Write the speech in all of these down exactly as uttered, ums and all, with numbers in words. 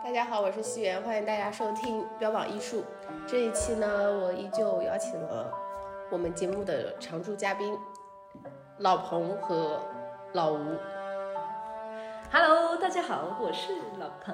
大家好，我是西元，欢迎大家收听标榜艺术。这一期呢，我依旧邀请了我们节目的常驻嘉宾老彭和老吴。 Hello， 大家好，我是老彭。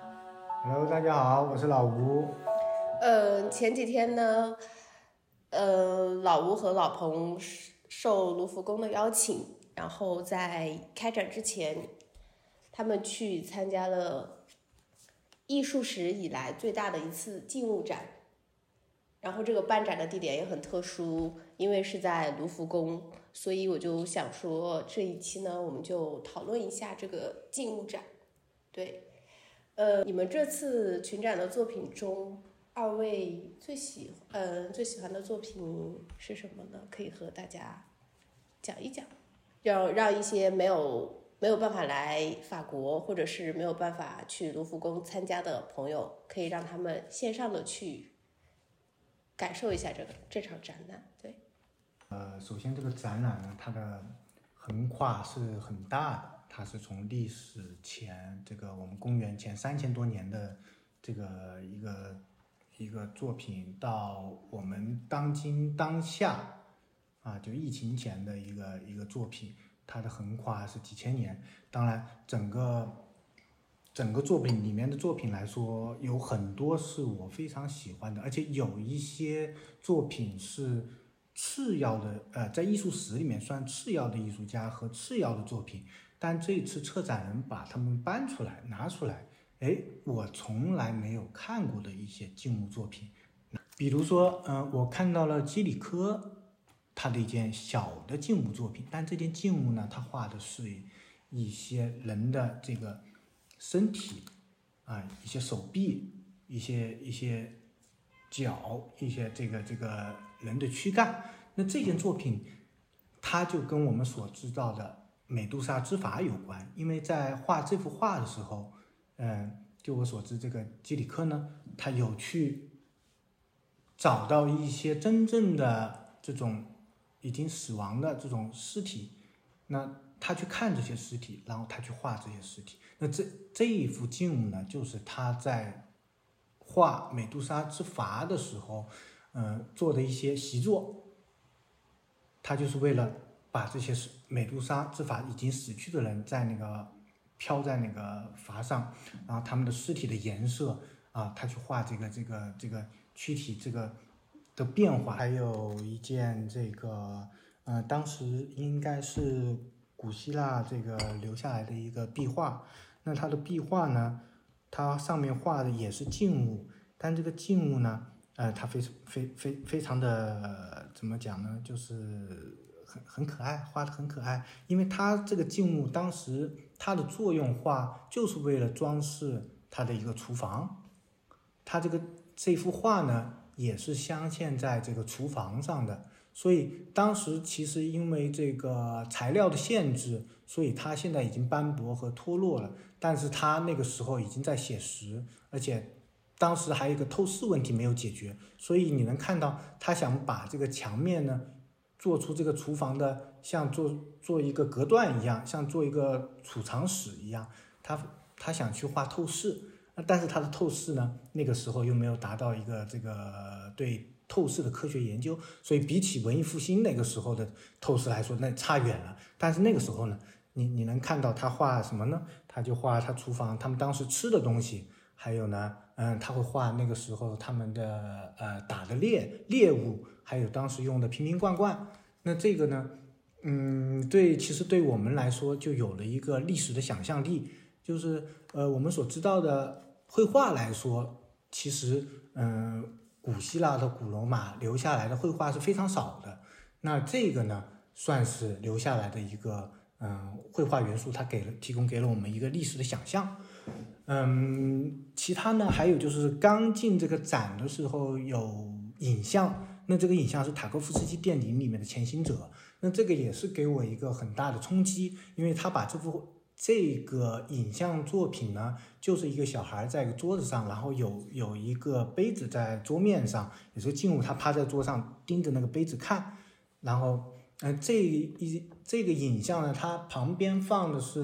Hello， 大家好，我是老吴。 呃，前几天呢，呃，老吴和老彭受卢浮宫的邀请，然后在开展之前，他们去参加了艺术史以来最大的一次静物展。然后这个办展的地点也很特殊，因为是在卢浮宫，所以我就想说这一期呢，我们就讨论一下这个静物展。对，呃，你们这次群展的作品中，二位最喜呃最喜欢的作品是什么呢？可以和大家讲一讲，让让一些没有没有办法来法国，或者是没有办法去卢浮宫参加的朋友，可以让他们线上的去感受一下这个这场展览。对， 呃，首先这个展览呢，它的横跨是很大的，它是从历史前这个我们公元前三千多年的这个一个一个作品，到我们当今当下啊，就疫情前的一个一个作品，它的横跨是几千年。当然，整个整个作品里面的作品来说，有很多是我非常喜欢的，而且有一些作品是次要的，呃，在艺术史里面算次要的艺术家和次要的作品，但这次策展人把他们搬出来拿出来，哎，我从来没有看过的一些静物作品，比如说，嗯、呃，我看到了基里科他的一件小的静物作品，但这件静物呢，他画的是一些人的这个身体啊，一些手臂，一些一些脚，一些这个这个人的躯干。那这件作品，它就跟我们所知道的美杜莎之筏有关，因为在画这幅画的时候，嗯，就我所知，这个基里科呢，他有去找到一些真正的这种已经死亡的这种尸体，那他去看这些尸体，然后他去画这些尸体。那这这一幅静物呢，就是他在画美杜莎之筏的时候，呃，做的一些习作。他就是为了把这些美杜莎之筏已经死去的人在那个飘在那个筏上，然后他们的尸体的颜色啊，他去画这个这个这个躯体这个的变化。还有一件这个，呃，当时应该是古希腊这个留下来的一个壁画，那它的壁画呢，它上面画的也是静物，但这个静物呢，呃，它非非非非常的怎么讲呢，就是很很可爱，画的很可爱，因为它这个静物当时它的作用画就是为了装饰它的一个厨房，它这个这幅画呢也是镶嵌在这个厨房上的。所以当时其实因为这个材料的限制，所以它现在已经斑驳和脱落了，但是它那个时候已经在写实，而且当时还有一个透视问题没有解决，所以你能看到他想把这个墙面呢做出这个厨房的像做做一个隔断一样，像做一个储藏室一样，他他想去画透视，但是他的透视呢那个时候又没有达到一个这个对透视的科学研究，所以比起文艺复兴那个时候的透视来说，那差远了。但是那个时候呢，你你能看到他画什么呢？他就画他厨房，他们当时吃的东西，还有呢，嗯，他会画那个时候他们的呃打的猎猎物，还有当时用的瓶瓶罐罐。那这个呢，嗯，对，其实对我们来说就有了一个历史的想象力，就是呃我们所知道的绘画来说，其实嗯。呃古希腊和古罗马留下来的绘画是非常少的，那这个呢，算是留下来的一个嗯绘画元素，它给了提供给了我们一个历史的想象。嗯，其他呢还有就是刚进这个展的时候有影像，那这个影像是塔科夫斯基电影里面的前行者，那这个也是给我一个很大的冲击，因为他把这幅。这个影像作品呢，就是一个小孩在一个桌子上，然后有有一个杯子在桌面上，有时候静物他趴在桌上盯着那个杯子看，然后，呃，这一这个影像呢，它旁边放的是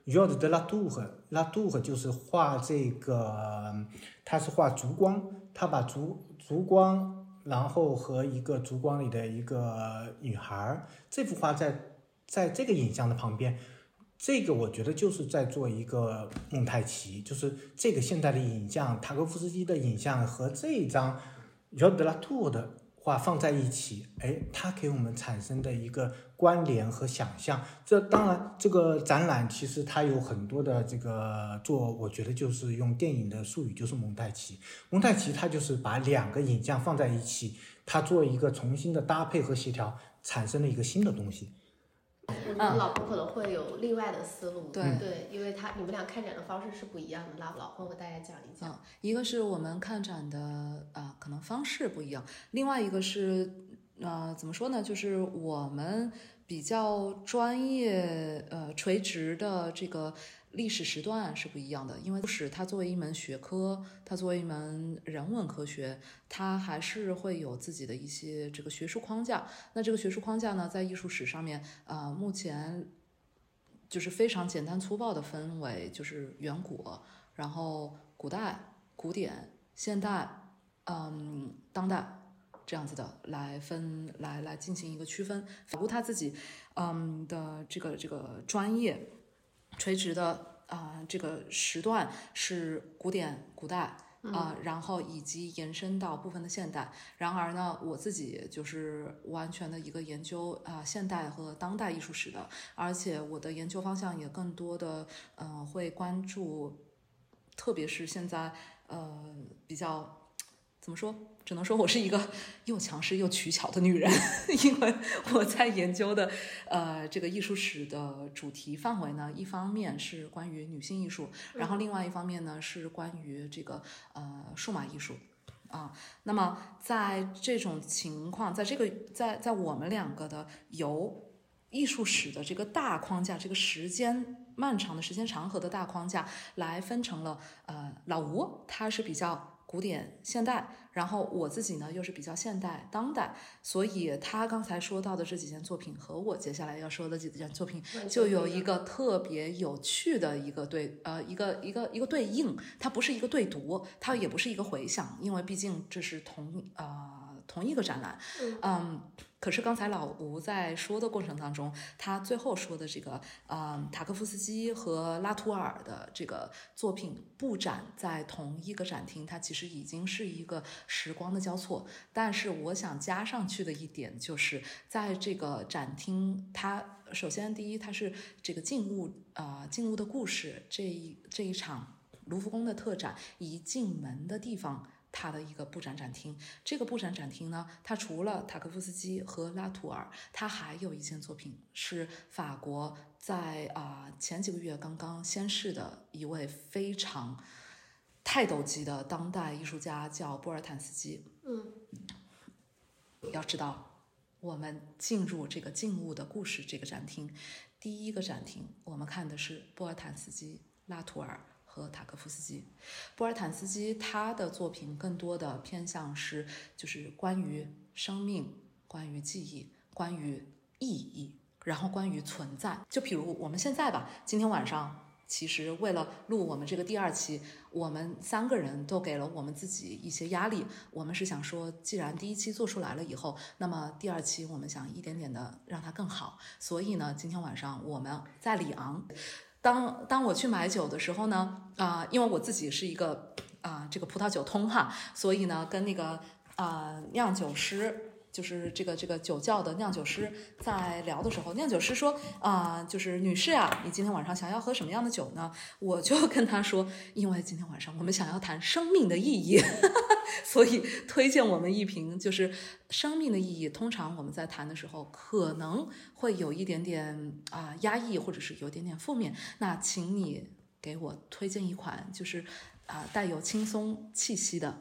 Georges de Latour，Latour就是画这个，他是画烛光，他把烛烛光，然后和一个烛光里的一个女孩，这幅画在在这个影像的旁边。这个我觉得就是在做一个蒙太奇，就是这个现代的影像，塔科夫斯基的影像和这一张 Georges de Latour 的画放在一起，哎，它给我们产生的一个关联和想象。这当然，这个展览其实它有很多的这个做，我觉得就是用电影的术语就是蒙太奇。蒙太奇它就是把两个影像放在一起，它做一个重新的搭配和协调，产生了一个新的东西。 我觉得老婆可能会有另外的思路， 对对，因为他你们俩看展的方式是不一样的，老老婆和大家讲一讲。 嗯，一个是我们看展的啊、呃，可能方式不一样，另外一个是呃，怎么说呢？就是我们比较专业呃垂直的这个历史时段是不一样的，因为历史它作为一门学科，它作为一门人文科学，它还是会有自己的一些这个学术框架。那这个学术框架呢，在艺术史上面，呃，目前就是非常简单粗暴的分为就是远古，然后古代、古典、现代，嗯，当代。这样子的来分来来进行一个区分，法国他自己嗯的这个这个专业垂直的啊、呃、这个时段是古典古代啊、呃，然后以及延伸到部分的现代。然而呢，我自己就是完全的一个研究啊、呃、现代和当代艺术史的，而且我的研究方向也更多的嗯、呃、会关注，特别是现在呃比较。怎么说？只能说我是一个又强势又取巧的女人，因为我在研究的呃这个艺术史的主题范围呢，一方面是关于女性艺术，然后另外一方面呢是关于这个呃数码艺术啊。那么在这种情况，在这个在在我们两个的由艺术史的这个大框架，这个时间漫长的时间长河的大框架来分成了呃老吴他是比较。古典现代，然后我自己呢又是比较现代当代，所以他刚才说到的这几件作品和我接下来要说的几件作品就有一个特别有趣的一个对呃一个一个一个对应，它不是一个对读，它也不是一个回响，因为毕竟这是同呃同一个展览，嗯。可是刚才老吴在说的过程当中，他最后说的这个，嗯，塔科夫斯基和拉图尔的这个作品布展在同一个展厅，它其实已经是一个时光的交错。但是我想加上去的一点就是，在这个展厅，它首先第一，它是这个静物啊、呃，静物的故事这一这一场卢浮宫的特展，一进门的地方。它的一个布展展厅，这个布展展厅呢，它除了塔科夫斯基和拉图尔，它还有一件作品是法国在啊、呃、前几个月刚刚仙逝的一位非常泰斗级的当代艺术家，叫波尔坦斯基。 嗯， 要知道，我们进入这个静物的故事这个展厅，第一个展厅我们看的是波尔坦斯基、拉图尔。和塔科夫斯基，波尔坦斯基他的作品更多的偏向是就是关于生命、关于记忆、关于意义，然后关于存在。就比如我们现在吧，今天晚上其实为了录我们这个第二期，我们三个人都给了我们自己一些压力。我们是想说，既然第一期做出来了以后，那么第二期我们想一点点的让它更好。所以呢，今天晚上我们在里昂。当当我去买酒的时候呢，啊、呃，因为我自己是一个啊、呃、这个葡萄酒通哈，所以呢跟那个啊、呃、酿酒师，就是这个这个酒窖的酿酒师在聊的时候，酿酒师说啊、呃，就是女士啊，你今天晚上想要喝什么样的酒呢？我就跟他说，因为今天晚上我们想要谈生命的意义，所以推荐我们一瓶就是生命的意义。通常我们在谈的时候可能会有一点点啊、呃、压抑，或者是有点点负面，那请你给我推荐一款就是啊、呃、带有轻松气息的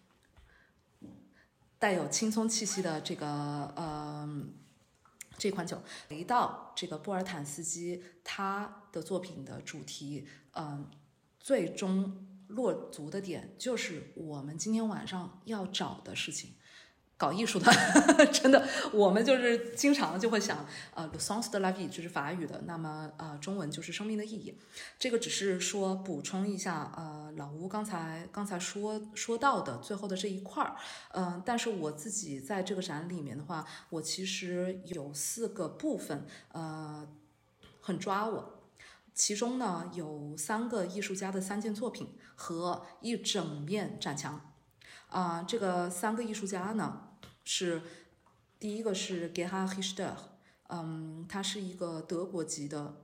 带有轻松气息的这个呃这款酒。回到这个波尔坦斯基他的作品的主题，嗯、呃，最终落足的点就是我们今天晚上要找的事情。 搞艺术的，真的，我们就是经常就会想，呃 le sens de la vie 就是法语的，那么呃中文就是生命的意义。这个只是说补充一下，呃，老吴刚才刚才说说到的最后的这一块儿，嗯、呃，但是我自己在这个展里面的话，我其实有四个部分，呃，很抓我。其中呢有三个艺术家的三件作品和一整面展墙。啊、呃，这个三个艺术家呢是第一个是 Gerhard Richter， 嗯，他是一个德国籍的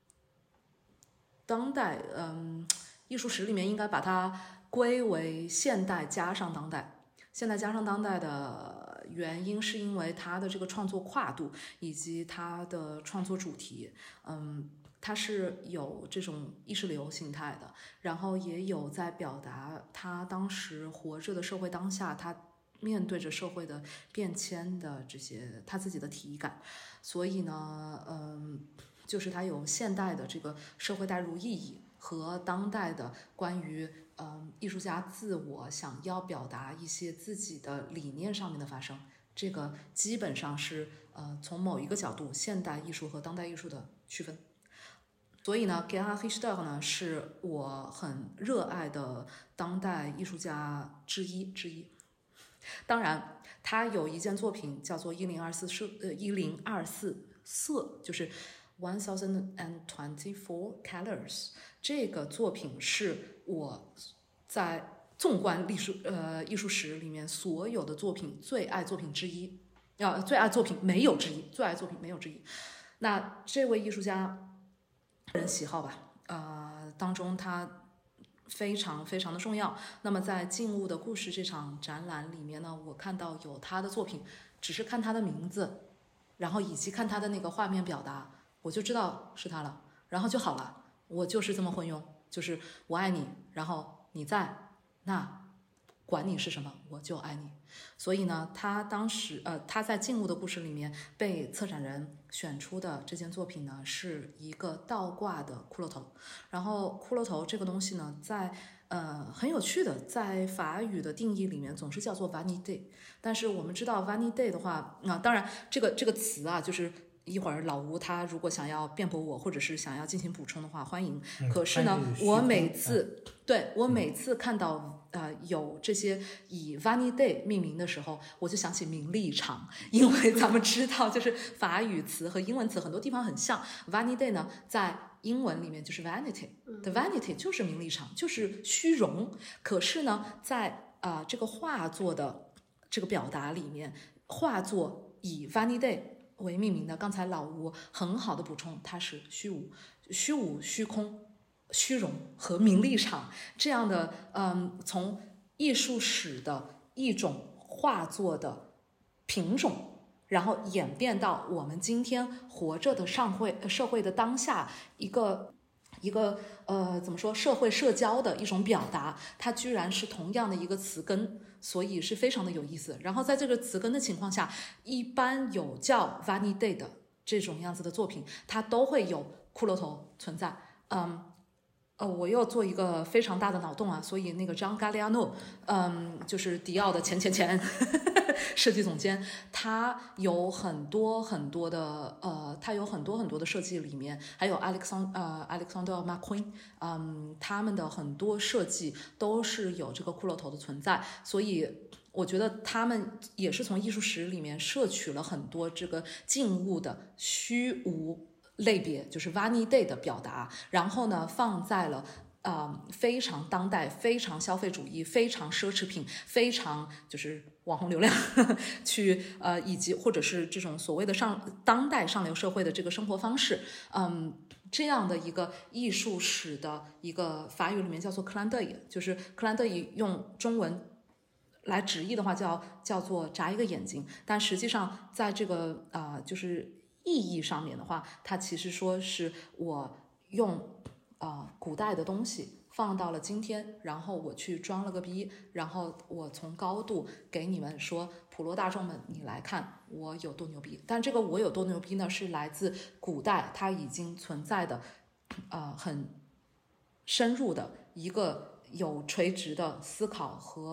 当代，嗯，艺术史里面应该把它归为现代加上当代。现代加上当代的原因是因为他的这个创作跨度以及他的创作主题，嗯。它是有这种意识流形态的，然后也有在表达他当时活着的社会当下，他面对着社会的变迁的这些他自己的体感。所以呢，嗯，就是他有现代的这个社会代入意义和当代的关于嗯艺术家自我想要表达一些自己的理念上面的发生。这个基本上是呃从某一个角度现代艺术和当代艺术的区分。所以呢 Gerhard Richter 呢是我很热爱的当代艺术家之一之一。当然，他有一件作品叫做一零二四色，呃，一零二四色，就是 one thousand and twenty four colors。这个作品是我在纵观艺术呃艺术史里面所有的作品最爱作品之一，啊、呃，最爱作品没有之一，最爱作品没有之一。那这位艺术家。个人喜好吧，呃，当中它非常非常的重要。那么在《静物的故事》这场展览里面呢，我看到有他的作品，只是看他的名字，然后以及看他的那个画面表达，我就知道是他了，然后就好了。我就是这么混用，就是我爱你，然后你在，那管你是什么，我就爱你。所以呢，他当时呃，他在《静物的故事》里面被策展人选出的这件作品呢，是一个倒挂的骷髅头。然后骷髅头这个东西呢，在呃很有趣的，在法语的定义里面总是叫做 vanité， 但是我们知道 vanité 的话，啊、呃，当然这个这个词啊，就是一会儿老吴他如果想要辩驳我，或者是想要进行补充的话，欢迎。 嗯、 可是呢，我每次、嗯、对我每次看到。呃，有这些以 vanité 命名的时候，我就想起名利场，因为咱们知道，就是法语词和英文词很多地方很像。vanité 呢，在英文里面就是 vanity，the vanity 就是名利场，就是虚荣。可是呢，在啊、呃、这个画作的这个表达里面，画作以 vanité 为命名的，刚才老吴很好的补充，它是虚无、虚无、虚空。虚荣和名利场这样的，嗯，从艺术史的一种画作的品种，然后演变到我们今天活着的上会社会的当下一个一个呃怎么说社会社交的一种表达，它居然是同样的一个词根，所以是非常的有意思。然后在这个词根的情况下，一般有叫 vanité 的这种样子的作品，它都会有骷髅头存在，嗯。呃，我又做一个非常大的脑洞啊，所以那个 John Galliano， 嗯，就是迪奥的前前前设计总监，他有很多很多的呃，他有很多很多的设计里面，还有 Alexand 呃 Alexander McQueen， 嗯，他们的很多设计都是有这个骷髅头的存在，所以我觉得他们也是从艺术史里面摄取了很多这个静物的虚无类别，就是 vanité 的表达，然后呢放在了呃非常当代、非常消费主义、非常奢侈品、非常就是网红流量呵呵去呃以及或者是这种所谓的上当代上流社会的这个生活方式，嗯，这样的一个艺术史的一个法语里面叫做克兰德伊，就是克兰德伊用中文来直译的话叫叫做眨一个眼睛，但实际上在这个啊、呃、就是意义上面的话，它其实说是我用啊、呃、古代的东西放到了今天，然后我去装了个逼，然后我从高度给你们说，普罗大众们，你来看我有多牛逼。但这个我有多牛逼呢，是来自古代它已经存在的啊、呃、很深入的一个有垂直的思考和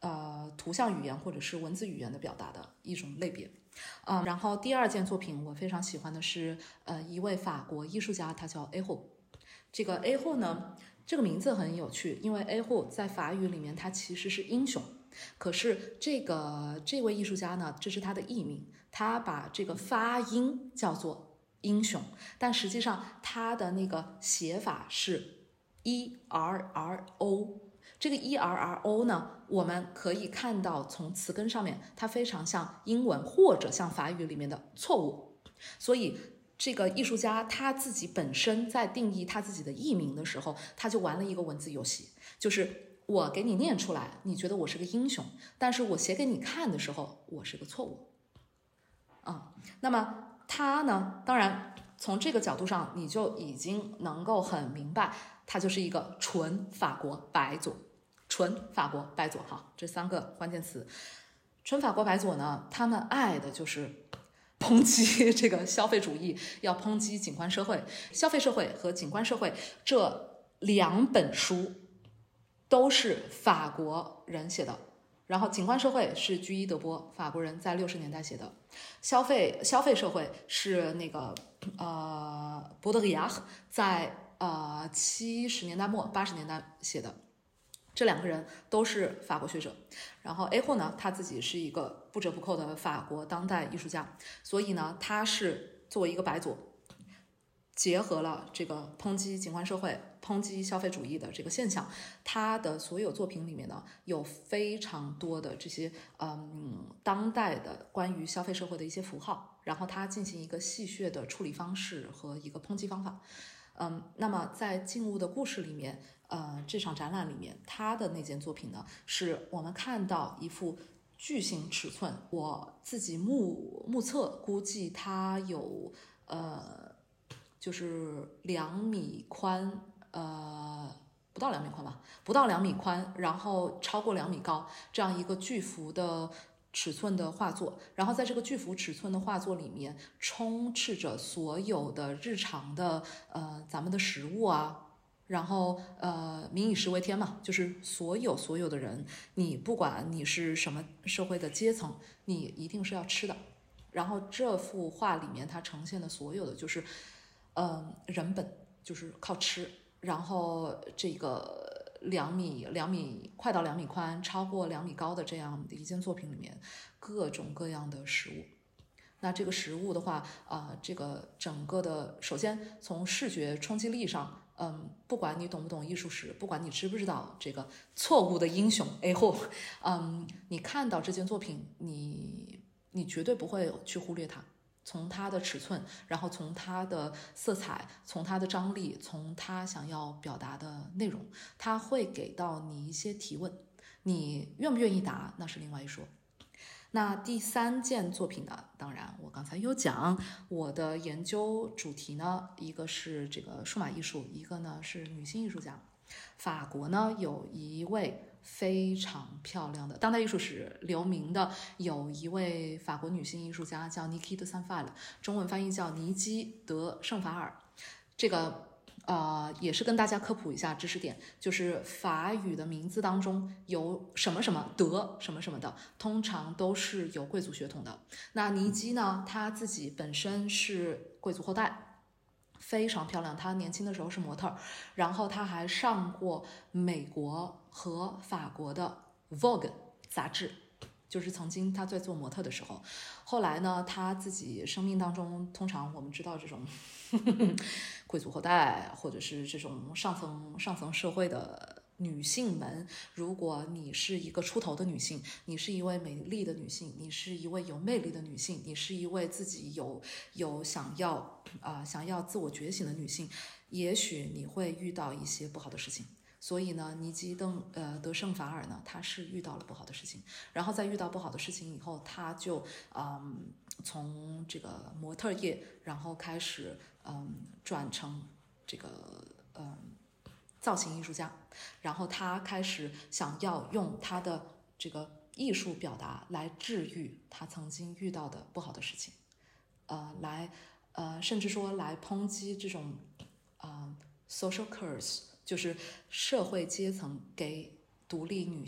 呃图像语言或者是文字语言的表达的一种类别。嗯，然后第二件作品我非常喜欢的是呃一位法国艺术家，他叫 A 后。这个 A 后呢，这个名字很有趣，因为 A 后在法语里面它其实是英雄，可是这个这位艺术家呢，这是他的艺名，他把这个发音叫做英雄，但实际上他的那个写法是 E R R O。这个 E R R O 呢，我们可以看到从词根上面，它非常像英文或者像法语里面的错误，所以这个艺术家他自己本身在定义他自己的艺名的时候，他就玩了一个文字游戏，就是我给你念出来，你觉得我是个英雄，但是我写给你看的时候，我是个错误。啊、嗯，那么他呢，当然从这个角度上，你就已经能够很明白，他就是一个纯法国白左。纯法国白左，哈，这三个关键词。纯法国白左呢，他们爱的就是抨击这个消费主义，要抨击景观社会。消费社会和景观社会这两本书都是法国人写的，然后景观社会是居伊德波，法国人在六十年代写的，消费消费社会是那个呃波德里亚在呃七十年代末八十年代写的。这两个人都是法国学者，然后 A 后呢，他自己是一个不折不扣的法国当代艺术家，所以呢，他是作为一个白左，结合了这个抨击景观社会、抨击消费主义的这个现象。他的所有作品里面呢，有非常多的这些嗯当代的关于消费社会的一些符号，然后他进行一个戏谑的处理方式和一个抨击方法。嗯，那么在静物的故事里面。呃，这场展览里面，他的那件作品呢，是我们看到一幅巨型尺寸，我自己目目测估计它有呃，就是两米宽，呃，不到两米宽吧，不到两米宽，然后超过两米高，这样一个巨幅的尺寸的画作。然后在这个巨幅尺寸的画作里面，充斥着所有的日常的呃咱们的食物啊。然后，呃，民以食为天嘛，就是所有所有的人，你不管你是什么社会的阶层，你一定是要吃的。然后这幅画里面它呈现的所有的就是，呃，人本就是靠吃。然后这个两米两米快到两米宽，超过两米高的这样的一件作品里面，各种各样的食物。那这个食物的话，啊、呃，这个整个的，首先从视觉冲击力上。嗯，不管你懂不懂艺术史，不管你知不知道这个错误的英雄 A 后，嗯，你看到这件作品，你你绝对不会去忽略它。从它的尺寸，然后从它的色彩，从它的张力，从它想要表达的内容，它会给到你一些提问。你愿不愿意答，那是另外一说。那第三件作品呢？当然，我刚才有讲我的研究主题呢，一个是这个数码艺术，一个呢是女性艺术家。法国呢有一位非常漂亮的当代艺术史留名的，有一位法国女性艺术家叫 Niki de Saint-Phal， 中文翻译叫尼基德圣法尔。这个。呃，也是跟大家科普一下知识点，就是法语的名字当中有什么什么德什么什么的，通常都是有贵族血统的。那尼基呢，他自己本身是贵族后代，非常漂亮。他年轻的时候是模特，然后他还上过美国和法国的 Vogue 杂志。就是曾经他在做模特的时候，后来呢，他自己生命当中，通常我们知道这种呵呵贵族后代，或者是这种上层上层社会的女性们，如果你是一个出头的女性，你是一位美丽的女性，你是一位有魅力的女性，你是一位自己有有想要啊、呃、想要自我觉醒的女性，也许你会遇到一些不好的事情。所以呢，尼基邓呃德圣法尔呢，他是遇到了不好的事情，然后在遇到不好的事情以后，他就嗯从这个模特业，然后开始嗯转成这个嗯造型艺术家，然后他开始想要用他的这个艺术表达来治愈他曾经遇到的不好的事情，呃，来呃甚至说来抨击这种啊、呃、social curse。就是社会阶层给独立女性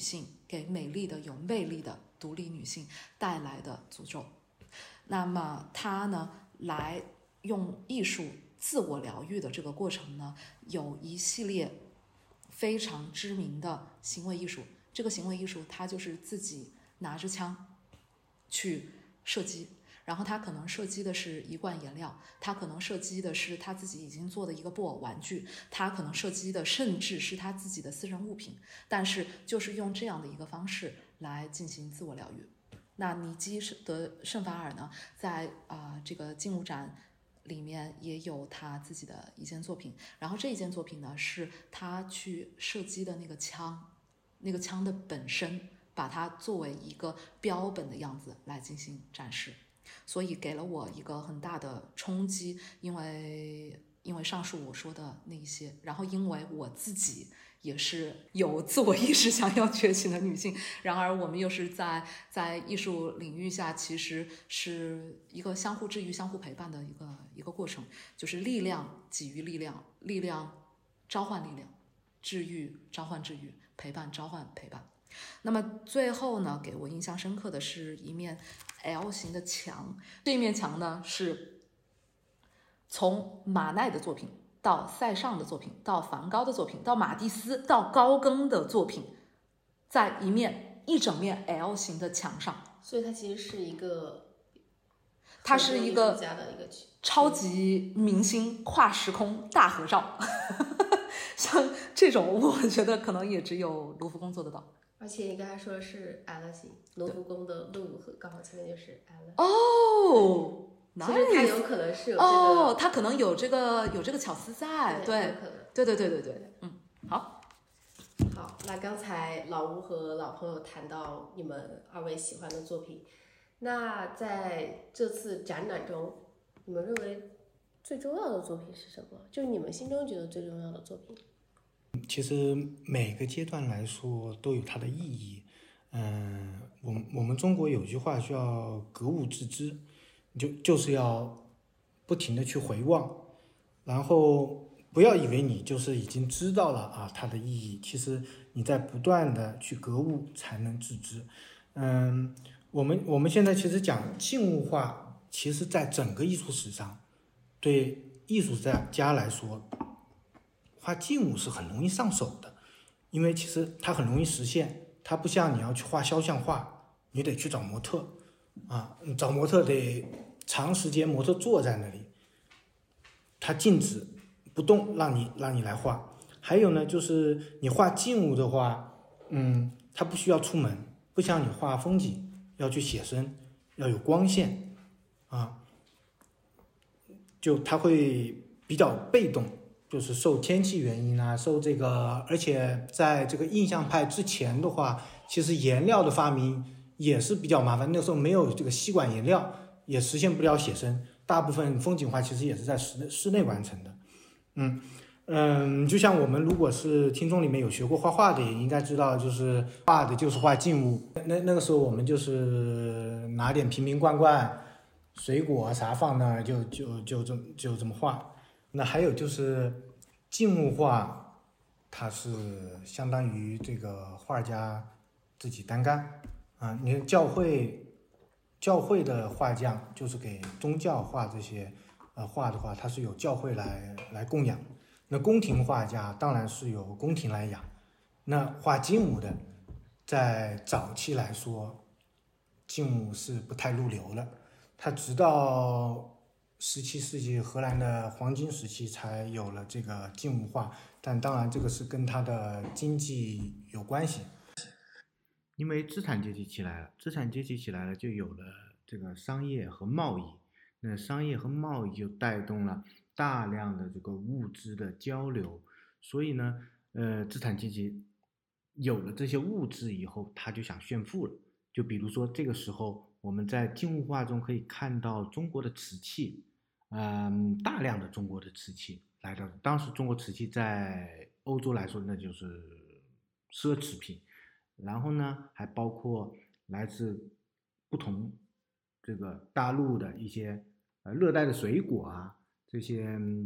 给美丽的、有魅力的独立女性带来的诅咒。那么它呢，来用艺术自我疗愈的这个过程呢，有一系列非常知名的行为艺术。这个行为艺术，它就是自己拿着枪去射击。然后他可能射击的是一罐颜料，他可能射击的是他自己已经做的一个布偶玩具，他可能射击的甚至是他自己的私人物品，但是就是用这样的一个方式来进行自我疗愈。那尼基德圣法尔呢，在啊、呃、这个静物展里面也有他自己的一件作品，然后这一件作品呢是他去射击的那个枪，那个枪的本身，把它作为一个标本的样子来进行展示。所以给了我一个很大的冲击，因为因为上述我说的那一些，然后因为我自己也是有自我意识想要觉醒的女性，然而我们又是在在艺术领域下，其实是一个相互治愈、相互陪伴的一个一个过程，就是力量给予力量，力量召唤力量，治愈召唤治愈，陪伴召唤陪伴。那么最后呢，给我印象深刻的是一面 L 型的墙，这面墙呢是从马奈的作品到塞尚的作品到梵高的作品到马蒂斯到高更的作品，在一面一整面 L 型的墙上， 所以它其实是一个， 它是一个超级明星跨时空大合照像这种我觉得可能也只有卢浮宫做得到。 而且你刚才说的是 L 型，卢浮宫的路和刚好前面就是 L。 哦， 其实它有可能是有这个， 哦，它可能有这个有这个巧思在，对，对对对对对，嗯，好， 好，那刚才老吴和老朋友谈到你们二位喜欢的作品，那在这次展览中，你们认为最重要的作品是什么？就是你们心中觉得最重要的作品。 其实每个阶段来说都有它的意义。嗯，我我们中国有句话叫格物致知，就就是要不停的去回望，然后不要以为你就是已经知道了啊它的意义，其实你在不断的去格物才能致知。嗯，我们我们现在其实讲静物画，其实在整个艺术史上，对艺术家来说，画静物是很容易上手的，因为其实它很容易实现，它不像你要去画肖像画，你得去找模特啊，找模特得长时间模特坐在那里，它静止不动，让你让你来画。还有呢，就是你画静物的话，嗯，它不需要出门，不像你画风景要去写生，要有光线啊，就它会比较被动。就是受天气原因啊，受这个，而且在这个印象派之前的话，其实颜料的发明也是比较麻烦。那时候没有这个吸管颜料，也实现不了写生。大部分风景画其实也是在室内室内完成的。嗯嗯，就像我们如果是听众里面有学过画画的，也应该知道，就是画的就是画静物。那那个时候我们就是拿点瓶瓶罐罐、水果啥放那儿，就就就这么就这么画。那还有就是静物画，它是相当于这个画家自己单干啊。你看教会教会的画匠就是给宗教画这些呃画的话，它是有教会来来供养。那宫廷画家当然是由宫廷来养。那画静物的，在早期来说，静物是不太入流了。它直到十七世纪荷兰的黄金时期才有了这个静物画，但当然这个是跟它的经济有关系，因为资产阶级起来了，资产阶级起来了就有了这个商业和贸易，那商业和贸易就带动了大量的这个物资的交流，所以呢，呃，资产阶级有了这些物质以后，他就想炫富了。就比如说这个时候，我们在静物画中可以看到中国的瓷器。嗯，大量的中国的瓷器来到，当时中国瓷器在欧洲来说那就是奢侈品，然后呢还包括来自不同这个大陆的一些呃热带的水果啊，这些、嗯、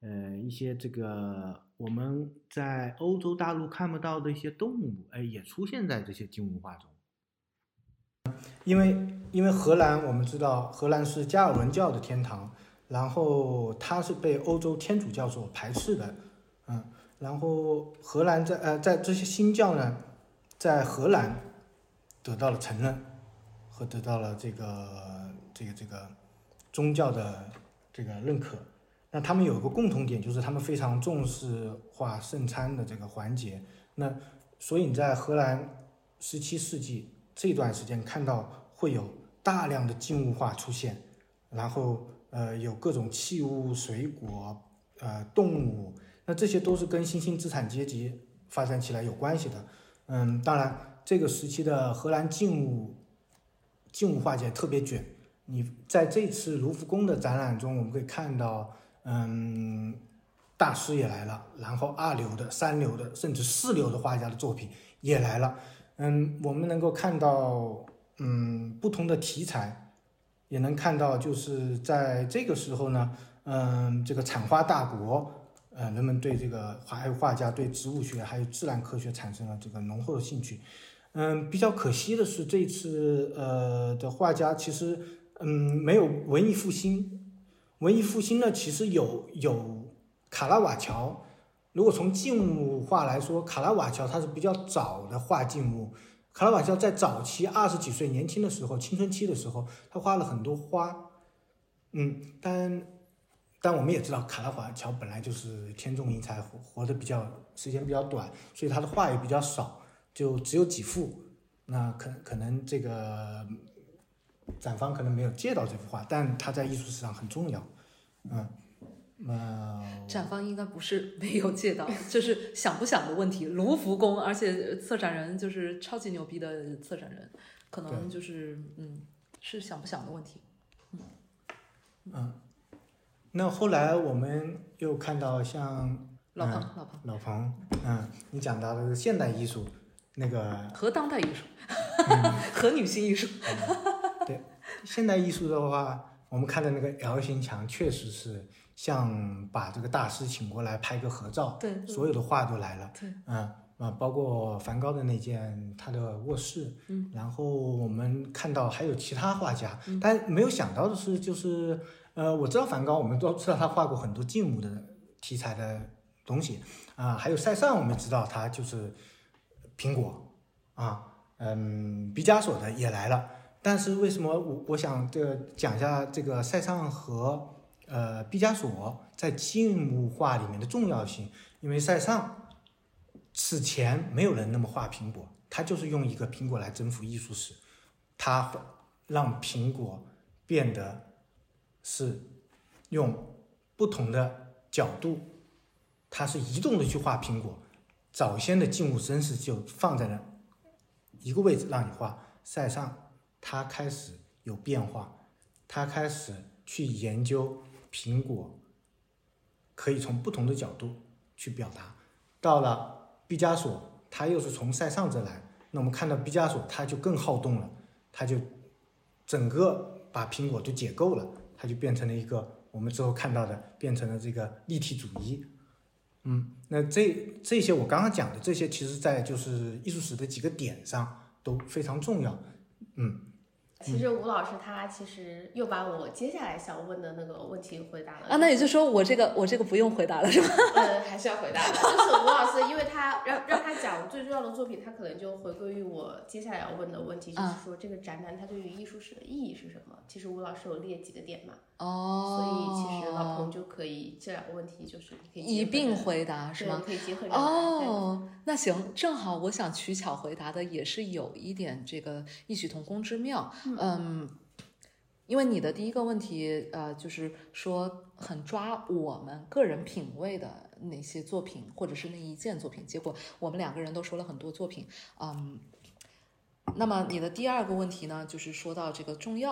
呃一些这个我们在欧洲大陆看不到的一些动物，哎，也出现在这些静物画中。因为因为荷兰我们知道荷兰是加尔文教的天堂，然后它是被欧洲天主教所排斥的，嗯，然后荷兰在呃在这些新教呢，在荷兰得到了承认和得到了这个这个这个宗教的这个认可。那他们有一个共同点，就是他们非常重视画圣餐的这个环节。那所以你在荷兰十七世纪这段时间看到会有大量的静物画出现，然后呃有各种器物、水果、呃动物，那这些都是跟新兴资产阶级发展起来有关系的。嗯，当然这个时期的荷兰静物静物画界特别卷。你在这次卢浮宫的展览中，我们可以看到，嗯，大师也来了，然后二流的、三流的，甚至四流的画家的作品也来了。嗯，我们能够看到，嗯，不同的题材，也能看到，就是在这个时候呢，嗯，这个产花大国，呃，人们对这个还有画家对植物学还有自然科学产生了这个浓厚的兴趣。嗯，比较可惜的是，这次呃的画家其实嗯没有文艺复兴。文艺复兴呢，其实有有卡拉瓦乔。如果从静物画来说，卡拉瓦乔他是比较早的画静物。卡拉瓦乔在早期二十几岁年轻的时候，青春期的时候，他画了很多花。嗯，但但我们也知道，卡拉瓦乔本来就是天纵英才，活活得比较时间比较短，所以他的画也比较少，就只有几幅。那可可能这个展方可能没有借到这幅画，但他在艺术史上很重要。嗯。呃， 展方应该不是没有借到，就是想不想的问题。卢浮宫，而且策展人就是超级牛逼的策展人，可能就是嗯，是想不想的问题。嗯嗯，那后来我们又看到像老彭， 嗯、 老彭， 老彭，嗯，你讲到的现代艺术，那个和当代艺术， 嗯、 和女性艺术。 嗯，对，现代艺术的话，我们看的那个 L 型墙，确实是像把这个大师请过来拍个合照， 对， 所有的画都来了， 对， 嗯啊，包括梵高的那件他的卧室， 嗯， 然后我们看到还有其他画家， 嗯、 但没有想到的是，就是呃，我知道梵高，我们都知道他画过很多静物的题材的东西啊，还有塞尚，我们知道他就是苹果啊，嗯，毕加索的也来了。但是为什么我我想这个讲一下这个塞尚和呃毕加索在静物画里面的重要性？因为塞尚此前没有人那么画苹果，他就是用一个苹果来征服艺术史，他让苹果变得是用不同的角度，他是移动的去画苹果。早先的静物真是就放在了一个位置让你画，塞尚他开始有变化，他开始去研究苹果可以从不同的角度去表达。到了毕加索，他又是从塞尚这来，那我们看到毕加索他就更好动了，他就整个把苹果都解构了，他就变成了一个我们之后看到的，变成了这个立体主义。嗯，那这这些我刚刚讲的这些，其实在就是艺术史的几个点上都非常重要。嗯。 其实吴老师他其实又把我接下来想问的那个问题回答了啊，那也就是说我这个我这个不用回答了是吧？ 嗯，还是要回答的。就是吴老师，因为他让让他讲最重要的作品，他可能就回归于我接下来要问的问题，就是说这个展览它对于艺术史的意义是什么？其实吴老师有列几个点嘛， 哦， 所以其实老彭就可以这两个问题就是可以一并回答是吗？ 可以结合着哦，那行，正好我想取巧回答的也是有一点这个异曲同工之妙，嗯。嗯，因为你的第一个问题，呃，就是说很抓我们个人品味的那些作品，或者是那一件作品，结果我们两个人都说了很多作品，嗯，那么你的第二个问题呢，就是说到这个重要的，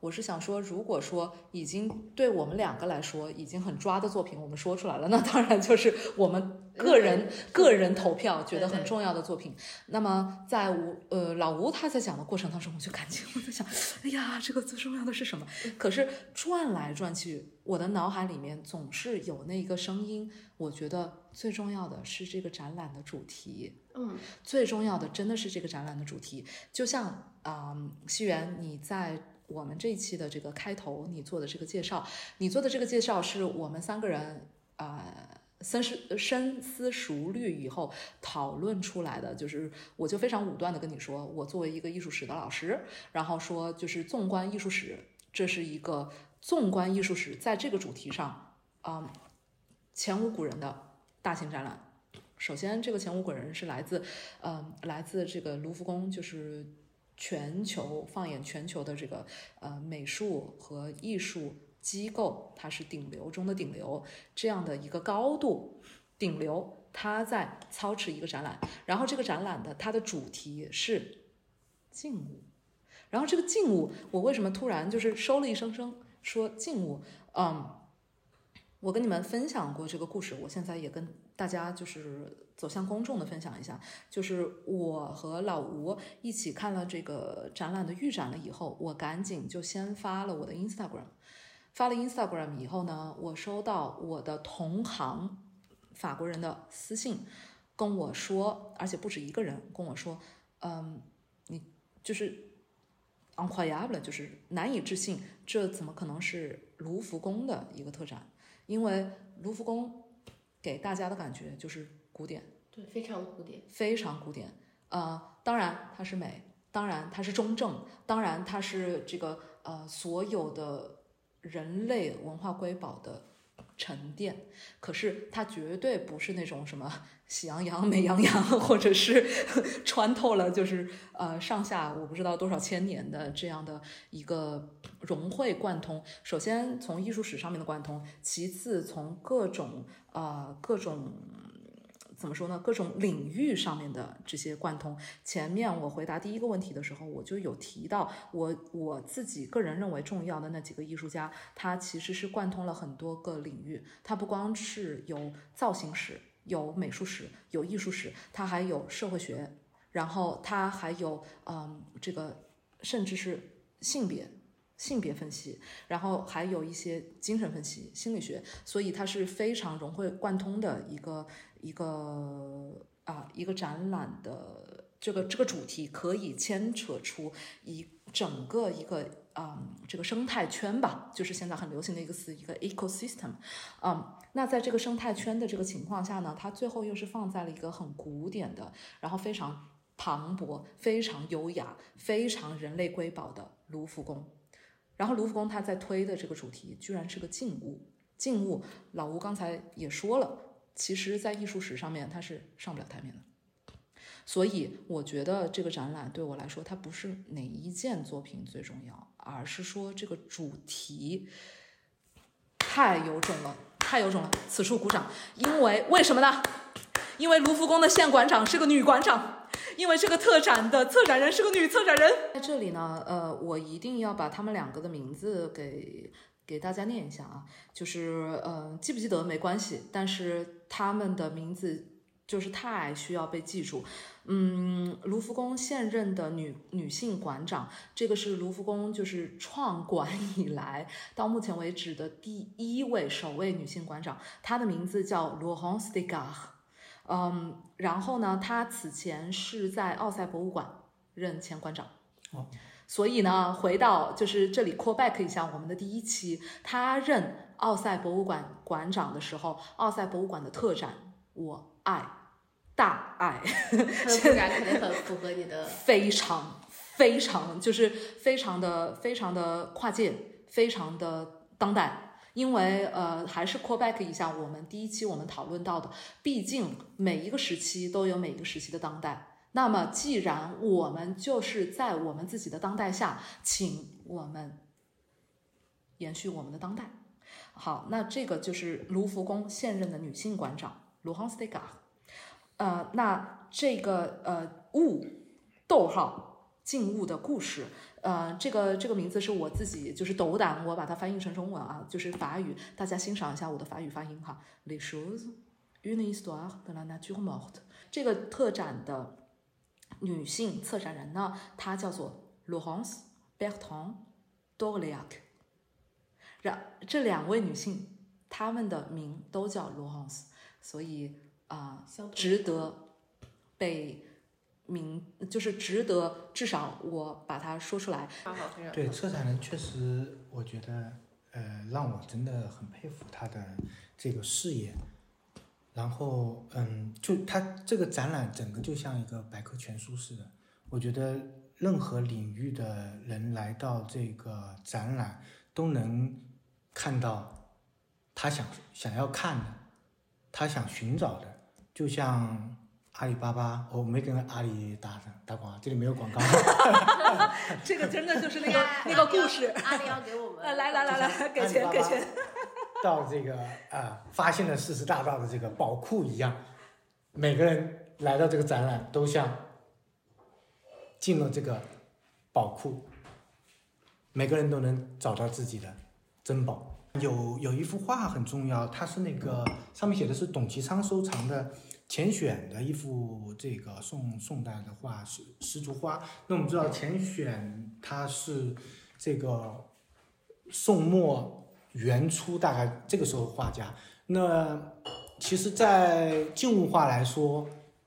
我是想说，如果说已经对我们两个来说已经很抓的作品，我们说出来了，那当然就是我们个人、嗯、个人投票觉得很重要的作品。对对，那么在吴呃老吴他在讲的过程当中，我就感觉我在想，哎呀，这个最重要的是什么？可是转来转去，我的脑海里面总是有那个声音，我觉得最重要的是这个展览的主题。 嗯， 最重要的真的是这个展览的主题。就像啊、呃，西元你在我们这一期的这个开头你做的这个介绍，你做的这个介绍是我们三个人啊、呃、深思深思熟虑以后讨论出来的。就是我就非常武断的跟你说，我作为一个艺术史的老师，然后说就是纵观艺术史，这是一个纵观艺术史在这个主题上啊、呃、前无古人的大型展览。首先，这个前无古人是来自，呃，来自这个卢浮宫，就是全球放眼全球的这个呃美术和艺术机构，它是顶流中的顶流，这样的一个高度顶流，它在操持一个展览。然后这个展览的它的主题是静物，然后这个静物，我为什么突然就是收了一声声说静物？嗯。我跟你们分享过这个故事，我现在也跟大家就是走向公众的分享一下。就是我和老吴一起看了这个展览的预展了以后，我赶紧就先发了我的 Instagram。发了 Instagram 以后呢，我收到我的同行法国人的私信跟我说，而且不止一个人跟我说，嗯，你就是 incroyable， 就是难以置信，这怎么可能是卢浮宫的一个特展？因为卢浮宫给大家的感觉就是古典， 对，非常古典， 非常古典。呃，当然它是美，当然它是中正，当然它是这个呃所有的人类文化瑰宝的沉淀。可是它绝对不是那种什么喜羊羊、美羊羊，或者是穿透了就是呃上下我不知道多少千年的这样的一个融会贯通。首先从艺术史上面的贯通，其次从各种呃各种怎么说呢？各种领域上面的这些贯通。前面我回答第一个问题的时候，我就有提到我我自己个人认为重要的那几个艺术家，他其实是贯通了很多个领域。他不光是有造型史、有美术史、有艺术史，他还有社会学，然后他还有嗯这个甚至是性别。性别分析，然后还有一些精神分析、心理学，所以它是非常融会贯通的一个一个啊一个展览的这个这个主题，可以牵扯出一整个一个啊、嗯、这个生态圈吧，就是现在很流行的一个词，一个 ecosystem。嗯，那在这个生态圈的这个情况下呢，它最后又是放在了一个很古典的，然后非常磅礴、非常优雅、非常人类瑰宝的卢浮宫。然后卢浮宫他在推的这个主题居然是个静物，静物老吴刚才也说了，其实在艺术史上面它是上不了台面的。所以我觉得这个展览对我来说，它不是哪一件作品最重要，而是说这个主题太有种了，太有种了，此处鼓掌。因为为什么呢？因为卢浮宫的现馆长是个女馆长。因为这个特展的策展人是个女策展人。在这里呢，呃，我一定要把他们两个的名字给给大家念一下啊，就是呃，记不记得没关系，但是他们的名字就是太需要被记住。嗯，卢浮宫现任的女女性馆长，这个是卢浮宫就是创馆以来到目前为止的第一位首位女性馆长，她的名字叫 Laurence Degas。嗯，然后呢，他此前是在奥赛博物馆任前馆长。 哦， 所以呢，回到就是这里 call back 一下我们的第一期，他任奥赛博物馆馆长的时候，奥赛博物馆的特展我爱大爱， 特展肯定很符合你的， 非常非常就是非常的非常的跨界，非常的当代。因为呃，还是 call back 一下我们第一期我们讨论到的，毕竟每一个时期都有每一个时期的当代。那么既然我们就是在我们自己的当代下，请我们延续我们的当代。好，那这个就是卢浮宫现任的女性馆长 Laurence Degas。呃，那这个呃物逗号静物的故事， 呃，这个这个名字是我自己就是斗胆，我把它翻译成中文啊，就是法语，大家欣赏一下我的法语发音哈。Les choses, une histoire de la nature morte。这个特展的女性策展人呢，她叫做 Laurence Bertrand d'Orléac。然这两位女性，她们的名都叫 Laurence， 所以啊、呃，值得被名，就是值得，至少我把它说出来。 对，策展人确实，我觉得，呃，让我真的很佩服他的这个视野。然后，嗯，就他这个展览整个就像一个百科全书似的。我觉得任何领域的人来到这个展览，都能看到他想想要看的，他想寻找的。就像阿里巴巴，我没跟阿里打打广告，这里没有广告。 这个真的就是那个那个故事。 阿里要给我们， 来来来来，给钱给钱。 到这个啊、呃，发现了四十大盗的这个宝库一样，每个人来到这个展览都像进了这个宝库，每个人都能找到自己的珍宝。有有一幅画很重要，它是那个上面写的是董其昌收藏的钱选的一幅这个宋宋代的画，是石竹花。那我们知道钱选他是这个宋末元初大概这个时候画家。那其实在静物画来说，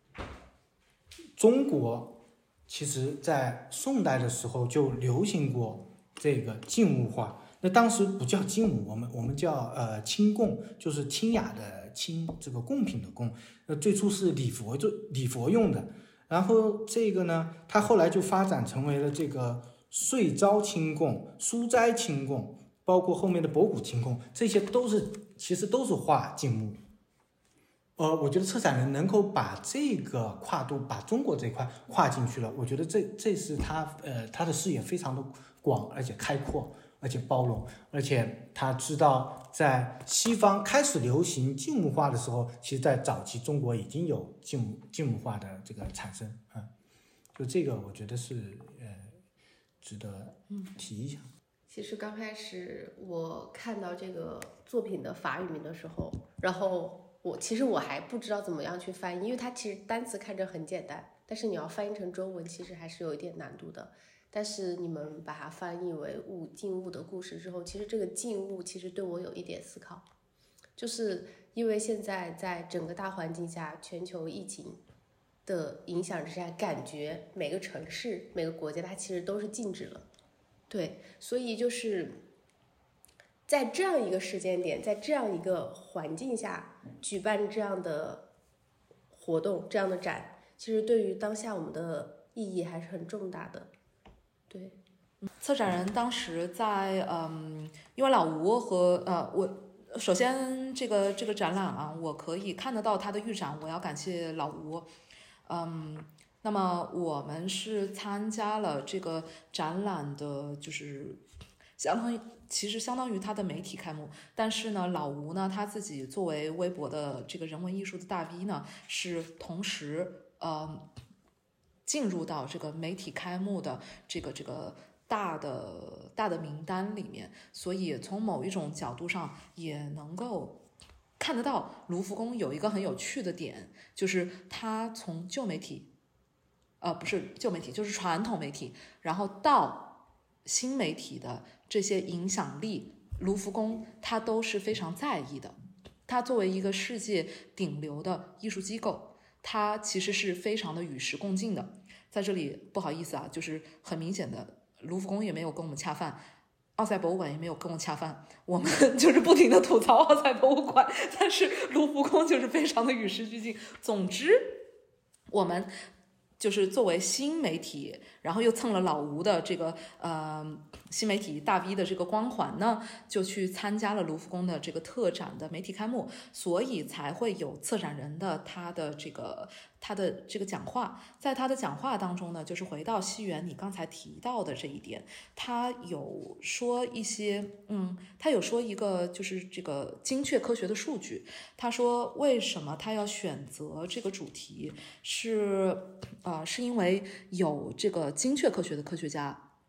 中国其实在宋代的时候就流行过这个静物画。那当时不叫静物，我们我们叫呃清供，就是清雅的清，这个贡品的贡。那最初是礼佛，就礼佛用的。然后这个呢，它后来就发展成为了这个岁朝清供、书斋清供，包括后面的博古清供，这些都是其实都是画静物。呃，我觉得策展人能够把这个跨度，把中国这块画进去了，我觉得这这是他呃他的视野非常的广，而且开阔，而且包容，而且他知道在西方开始流行静物画的时候，其实在早期中国已经有静物静物画的这个产生啊、嗯，就这个我觉得是呃值得提一下。 嗯，其实刚开始我看到这个作品的法语名的时候，然后我其实我还不知道怎么样去翻译，因为它其实单词看着很简单，但是你要翻译成中文其实还是有一点难度的。但是你们把它翻译为物静物的故事之后，其实这个静物其实对我有一点思考，就是因为现在在整个大环境下，全球疫情的影响之下，感觉每个城市每个国家它其实都是静止了。对，所以就是在这样一个时间点，在这样一个环境下举办这样的活动，这样的展，其实对于当下我们的意义还是很重大的。对， 策展人当时在嗯，因为老吴和呃我首先这个这个展览啊，我可以看得到他的预展，我要感谢老吴。嗯，那么我们是参加了这个展览的，就是相当于其实相当于他的媒体开幕，但是呢，老吴呢他自己作为微博的这个人文艺术的大 V 呢，是同时呃进入到这个媒体开幕的这个这个大的大的名单里面，所以从某一种角度上也能够看得到卢浮宫有一个很有趣的点，就是他从旧媒体呃不是旧媒体，就是传统媒体，然后到新媒体的这些影响力，卢浮宫它都是非常在意的。它作为一个世界顶流的艺术机构，它其实是非常的与时共进的。在这里不好意思啊，就是很明显的，卢浮宫也没有跟我们恰饭，奥赛博物馆也没有跟我恰饭，我们就是不停的吐槽奥赛博物馆，但是卢浮宫就是非常的与时俱进。总之，我们就是作为新媒体，然后又蹭了老吴的这个呃新媒体大 V 的这个光环呢，就去参加了卢浮宫的这个特展的媒体开幕，所以才会有策展人的他的这个他的这个讲话。在他的讲话当中呢，就是回到西元你刚才提到的这一点，他有说一些嗯，他有说一个就是这个精确科学的数据。他说为什么他要选择这个主题，是呃是因为有这个精确科学的科学家，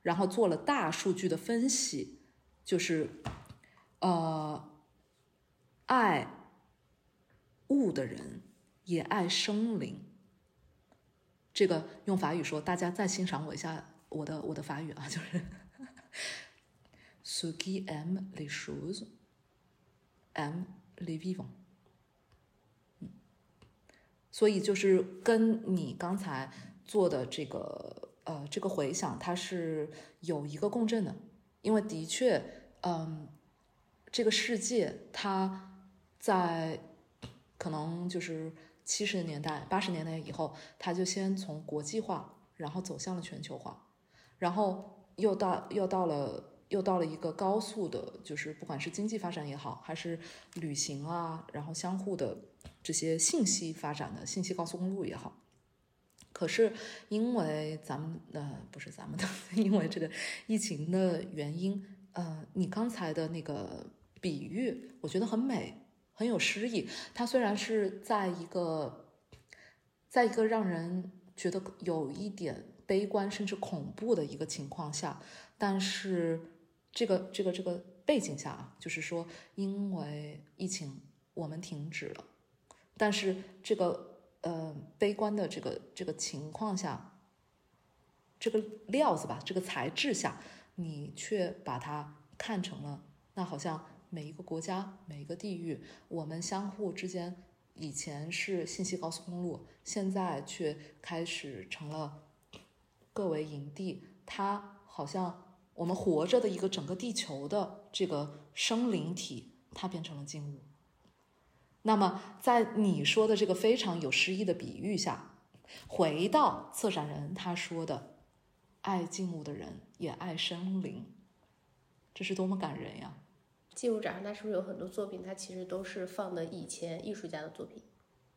然后做了大数据的分析，就是呃，爱物的人也愛生靈。這個用法語說，大家再欣賞我一下我的我的法語啊，就是 ceux qui aiment les choses aiment les vivants。所以就是跟你刚才做的这个呃这个回想，它是有一个共振的，因为的确，嗯，这个世界它在可能就是七十年代、八十年代以后，它就先从国际化，然后走向了全球化，然后又到又到了又到了一个高速的，就是不管是经济发展也好，还是旅行啊，然后相互的这些信息发展的信息高速公路也好。可是因为咱们呃不是咱们的，因为这个疫情的原因，呃，你刚才的那个比喻，我觉得很美。很有诗意，它虽然是在一个，在一个让人觉得有一点悲观甚至恐怖的一个情况下，但是这个这个这个背景下啊，就是说因为疫情我们停止了，但是这个呃悲观的这个这个情况下，这个料子吧，这个材质下，你却把它看成了那好像。每一个国家，每一个地域，我们相互之间，以前是信息高速公路，现在却开始成了各为营地。它好像我们活着的一个整个地球的这个生灵体，它变成了静物。那么，在你说的这个非常有诗意的比喻下，回到策展人他说的，爱静物的人也爱生灵，这是多么感人呀！ 进入展上，它是不是有很多作品？它其实都是放的以前艺术家的作品。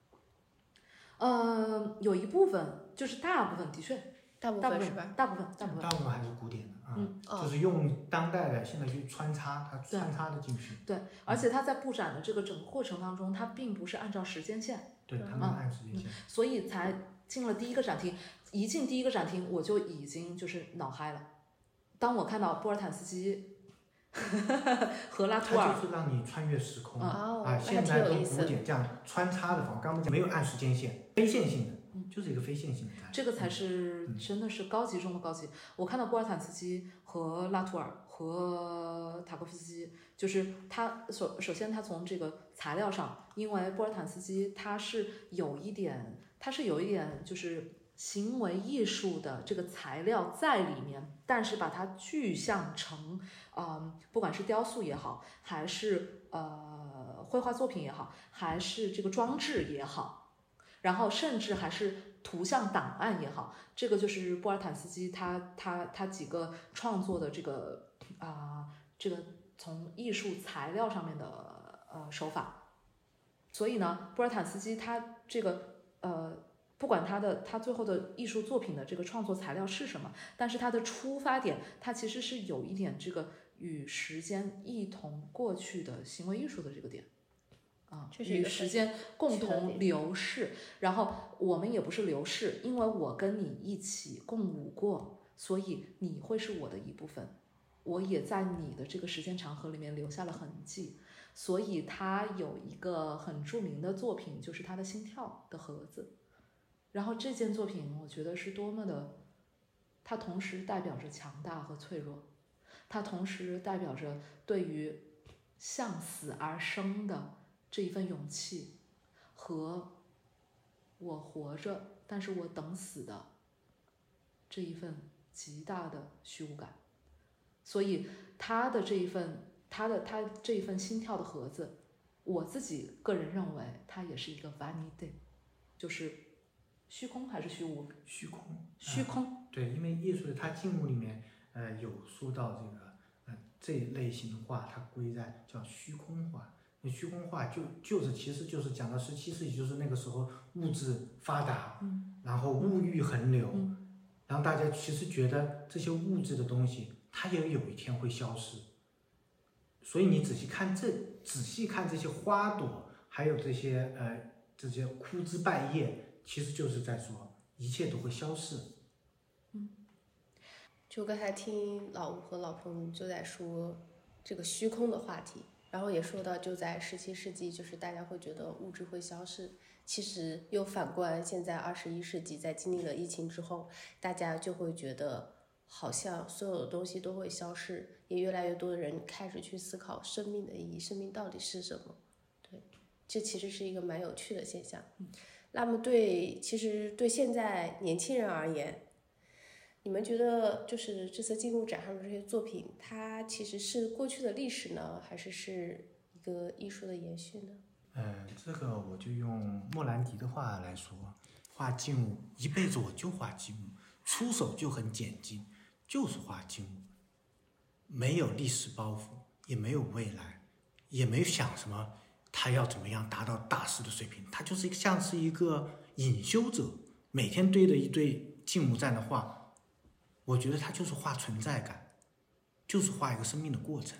呃，有一部分，就是大部分的确， 大部分是吧？ 大部分，大部分， 大部分还是古典的啊， 嗯， 就是用当代的现在去穿插，它穿插的进去。 对，而且它在布展的这个整个过程当中，它并不是按照时间线， 对，它们按时间线， 嗯，所以才进了第一个展厅。一进第一个展厅，我就已经就是脑嗨了。当我看到波尔坦斯基。和拉图尔， 它就是让你穿越时空、 哦、 啊，现代和古典这样穿插的方，刚刚讲没有按时间线，非线性的，嗯，就是一个非线性的。 这个才是真的是高级中的高级。嗯、我看到波尔坦斯基和拉图尔和塔科夫斯基，就是他首首先他从这个材料上，因为波尔坦斯基他是有一点，他是有一点就是。行为艺术的这个材料在里面，但是把它具象成，嗯，不管是雕塑也好，还是呃绘画作品也好，还是这个装置也好，然后甚至还是图像档案也好，这个就是波尔坦斯基他他他几个创作的这个啊、呃、这个从艺术材料上面的呃手法。所以呢，波尔坦斯基他这个呃。不管他的他最后的艺术作品的这个创作材料是什么，但是他的出发点，他其实是有一点这个与时间一同过去的行为艺术的这个点，啊，与时间共同流逝。然后我们也不是流逝，因为我跟你一起共舞过，所以你会是我的一部分，我也在你的这个时间长河里面留下了痕迹。所以他有一个很著名的作品，就是他的心跳的盒子。然后这件作品我觉得是多么的，它同时代表着强大和脆弱，它同时代表着对于向死而生的这一份勇气，和我活着但是我等死的这一份极大的虚无感。所以他的这一份他的他这一份心跳的盒子，我自己个人认为它也是一个 vanity， 就是虚空还是虚无？ 虚空， 虚空。 呃、对，因为艺术它静物里面，呃，有说到这个，呃，这一类型的画，它归在叫虚空画。那虚空画就就是其实就是讲到十七世纪，就是那个时候物质发达， 嗯， 然后物欲横流， 嗯， 然后大家其实觉得这些物质的东西，它也有一天会消失。所以你仔细看这，仔细看这些花朵，还有这些呃这些枯枝败叶。其实就是在说，一切都会消逝。 嗯， 就刚才听老吴和老彭就在说这个虚空的话题，然后也说到就在十七世纪，就是大家会觉得物质会消失，其实又反观现在二十一世纪，在经历了疫情之后，大家就会觉得好像所有的东西都会消失，也越来越多的人开始去思考生命的意义，生命到底是什么。对，这其实是一个蛮有趣的现象。那么对，其实对现在年轻人而言，你们觉得就是这次静物展上的这些作品，它其实是过去的历史呢，还是是一个艺术的延续呢？ 呃，这个我就用莫兰迪的话来说，画静物，一辈子我就画静物，出手就很简净，就是画静物，没有历史包袱，也没有未来，也没想什么他要怎么样达到大师的水平，他就是像是一个隐修者，每天堆着一堆静物在那画。我觉得他就是画存在感，就是画一个生命的过程。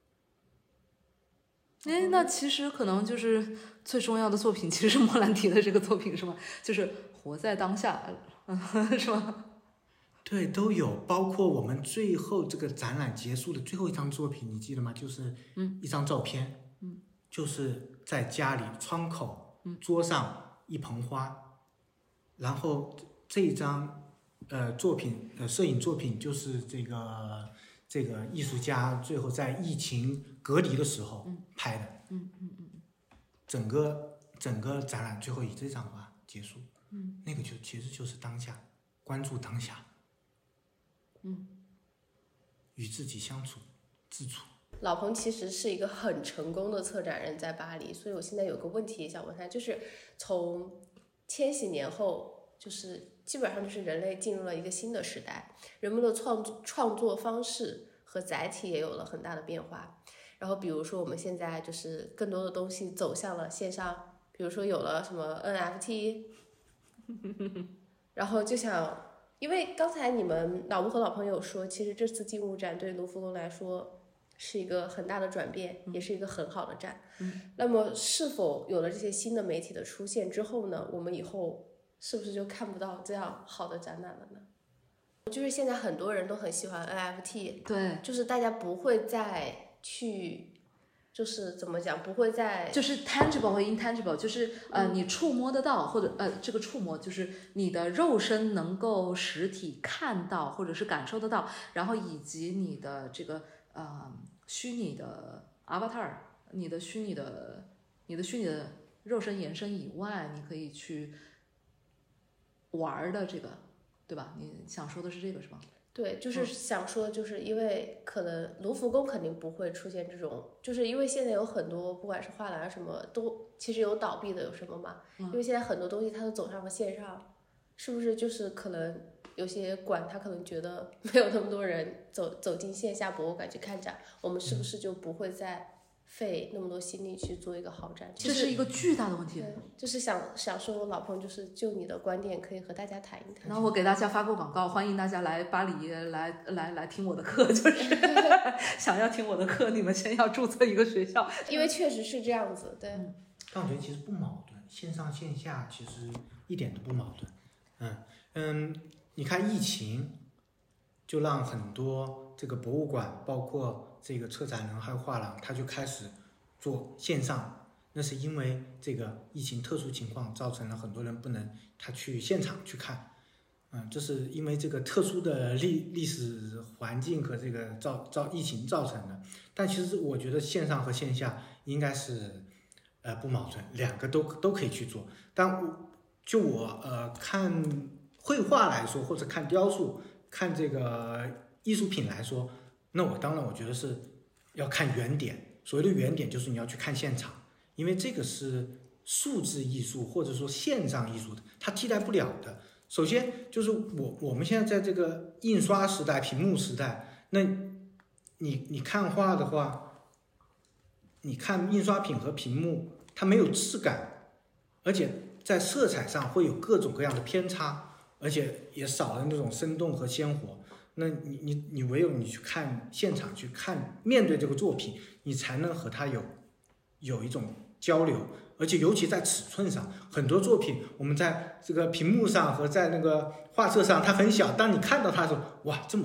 哎，那其实可能就是最重要的作品，其实是莫兰迪的这个作品是吗？就是活在当下，是吗？ 对，都有，包括我们最后这个展览结束的最后一张作品，你记得吗？就是一张照片， 嗯， 就是在家里窗口， 嗯， 桌上一盆花，然后这一张。呃，作品呃，摄影作品就是这个这个艺术家最后在疫情隔离的时候拍的， 嗯嗯嗯嗯， 整个整个展览最后以这张画结束， 嗯， 那个就其实就是当下，关注当下， 嗯， 与自己相处，自处。 老彭其实是一个很成功的策展人，在巴黎，所以我现在有个问题也想问他，就是从千禧年后，就是基本上就是人类进入了一个新的时代，人们的创创作方式和载体也有了很大的变化。然后比如说我们现在就是更多的东西走向了线上，比如说有了什么 N F T， 然后就想，因为刚才你们老吴和老朋友说，其实这次静物展对卢浮宫来说是一个很大的转变，也是一个很好的展。 嗯， 那么是否有了这些新的媒体的出现之后呢，我们以后是不是就看不到这样好的展览了呢？就是现在很多人都很喜欢 N F T， 对， 就是大家不会再去，就是怎么讲，不会再就是 tangible 和 intangible， 就是呃你触摸得到，或者呃这个触摸就是你的肉身能够实体看到或者是感受得到，然后以及你的这个呃虚拟的 avatar， 你的虚拟的你的虚拟的肉身延伸以外，你可以去玩的这个，对吧？你想说的是这个是吧？ 对，就是想说，就是因为可能卢浮宫肯定不会出现这种，就是因为现在有很多不管是画廊什么都其实有倒闭的，有什么嘛？ 嗯、 因为现在很多东西它都走上了线上，是不是就是可能有些馆他可能觉得没有那么多人走走进线下博物馆去看展，我们是不是就不会再费那么多心力去做一个好展？ 这是一个巨大的问题。 对，就是想想说，我老朋友就是就你的观点，可以和大家谈一谈。 然后我给大家发过广告，欢迎大家来巴黎来来来听我的课，就是想要听我的课，你们先要注册一个学校， 因为确实是这样子，对。 嗯、 但我觉得其实不矛盾，线上线下其实一点都不矛盾。嗯嗯，你看疫情，就让很多这个博物馆，包括这个策展人还有画廊，他就开始做线上，那是因为这个疫情特殊情况造成了很多人不能他去现场去看，嗯，这是因为这个特殊的历历史环境和这个造造疫情造成的。但其实我觉得线上和线下应该是呃不矛盾，两个都都可以去做。但我就我呃看绘画来说，或者看雕塑、看这个艺术品来说，那我当然我觉得是要看原点。所谓的原点就是你要去看现场，因为这个是数字艺术或者说线上艺术的，它替代不了的。首先就是我我们现在在这个印刷时代、屏幕时代，那你你看画的话，你看印刷品和屏幕，它没有质感，而且在色彩上会有各种各样的偏差，而且也少了那种生动和鲜活。那你你你唯有你去看现场，去看面对这个作品，你才能和它有有一种交流，而且尤其在尺寸上，很多作品我们在这个屏幕上和在那个画册上它很小，当你看到它的时候，哇这么大，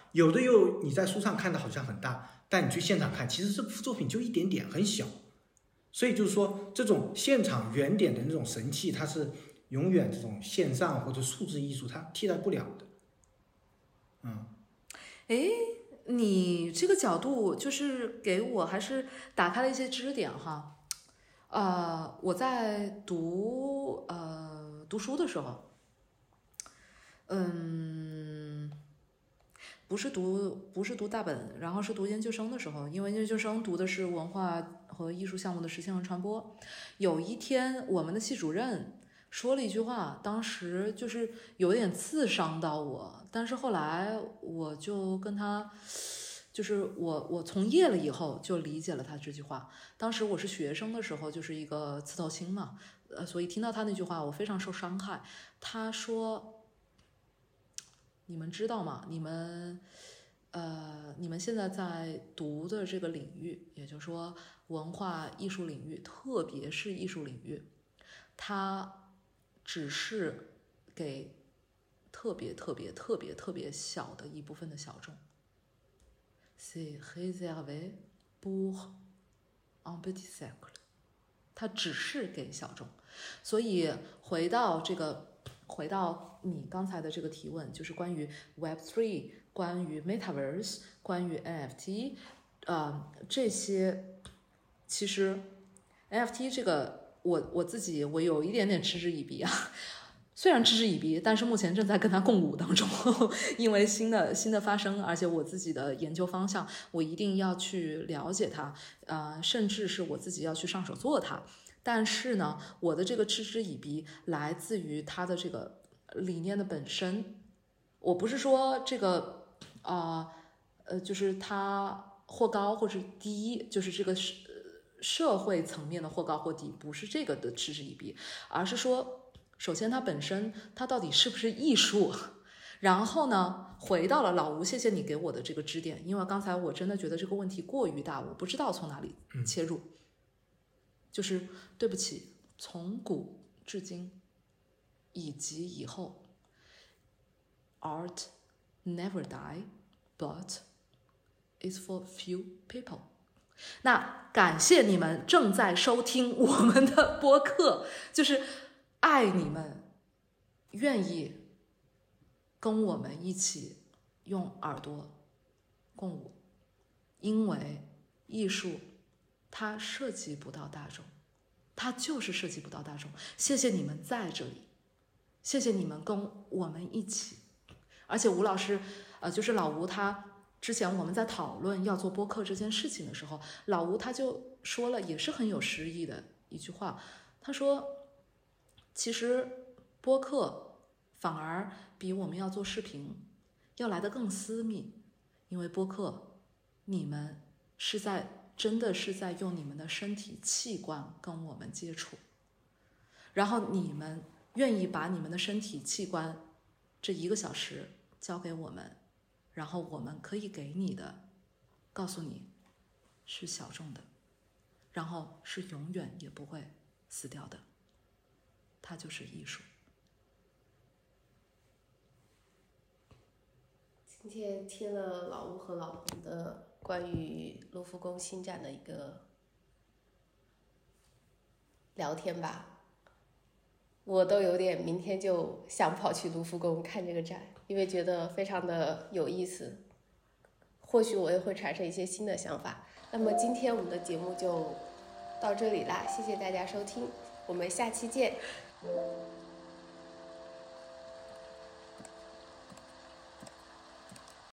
有的又你在书上看的好像很大，但你去现场看，其实这幅作品就一点点，很小。所以就是说，这种现场原点的那种神气，它是永远这种线上或者数字艺术它替代不了的。嗯， 哎，你这个角度就是给我还是打开了一些知识点哈。呃，我在读呃读书的时候，嗯，不是读不是读大本，然后是读研究生的时候，因为研究生读的是文化和艺术项目的实践和传播。有一天，我们的系主任说了一句话，当时就是有点刺伤到我，但是后来我就跟他。就是我，我从业了以后就理解了他这句话。当时我是学生的时候，就是一个刺头青嘛，呃，所以听到他那句话，我非常受伤害。他说：“你们知道吗？你们，呃，你们现在在读的这个领域，也就是说文化艺术领域，特别是艺术领域，它只是给特别特别特别特别小的一部分的小众。” C'est réservé pour un petit cercle， 它只是给小众。所以回到这个，回到你刚才的这个提问，就是关于 Web 三， 关于 Metaverse， 关于 N F T， 呃，这些其实 N F T 这个，我我自己我有一点点嗤之以鼻啊。虽然嗤之以鼻，但是目前正在跟它共舞当中，因为新的新的发生，而且我自己的研究方向，我一定要去了解它，呃，甚至是我自己要去上手做它。但是呢，我的这个嗤之以鼻来自于它的这个理念的本身。我不是说这个，啊、呃，呃，就是它或高或是低，就是这个社会层面的或高或低，不是这个的嗤之以鼻，而是说。首先，它本身它到底是不是艺术？然后呢，回到了老吴，谢谢你给我的这个支点，因为刚才我真的觉得这个问题过于大，我不知道从哪里切入。嗯、就是对不起，从古至今以及以后 ，art never die, but it's for few people。那感谢你们正在收听我们的播客，就是。爱你们愿意跟我们一起用耳朵共舞，因为艺术它涉及不到大众，它就是涉及不到大众。谢谢你们在这里，谢谢你们跟我们一起。而且吴老师，呃，就是老吴他之前我们在讨论要做播客这件事情的时候，老吴他就说了，也是很有诗意的一句话，他说。其实播客反而比我们要做视频要来得更私密，因为播客你们是在真的是在用你们的身体器官跟我们接触，然后你们愿意把你们的身体器官这一个小时交给我们，然后我们可以给你的告诉你是小众的，然后是永远也不会死掉的，它就是艺术。 今天听了老吴和老彭的关于卢浮宫新展的一个聊天吧，我都有点明天就想跑去卢浮宫看这个展，因为觉得非常的有意思，或许我也会产生一些新的想法。那么今天我们的节目就到这里啦，谢谢大家收听，我们下期见。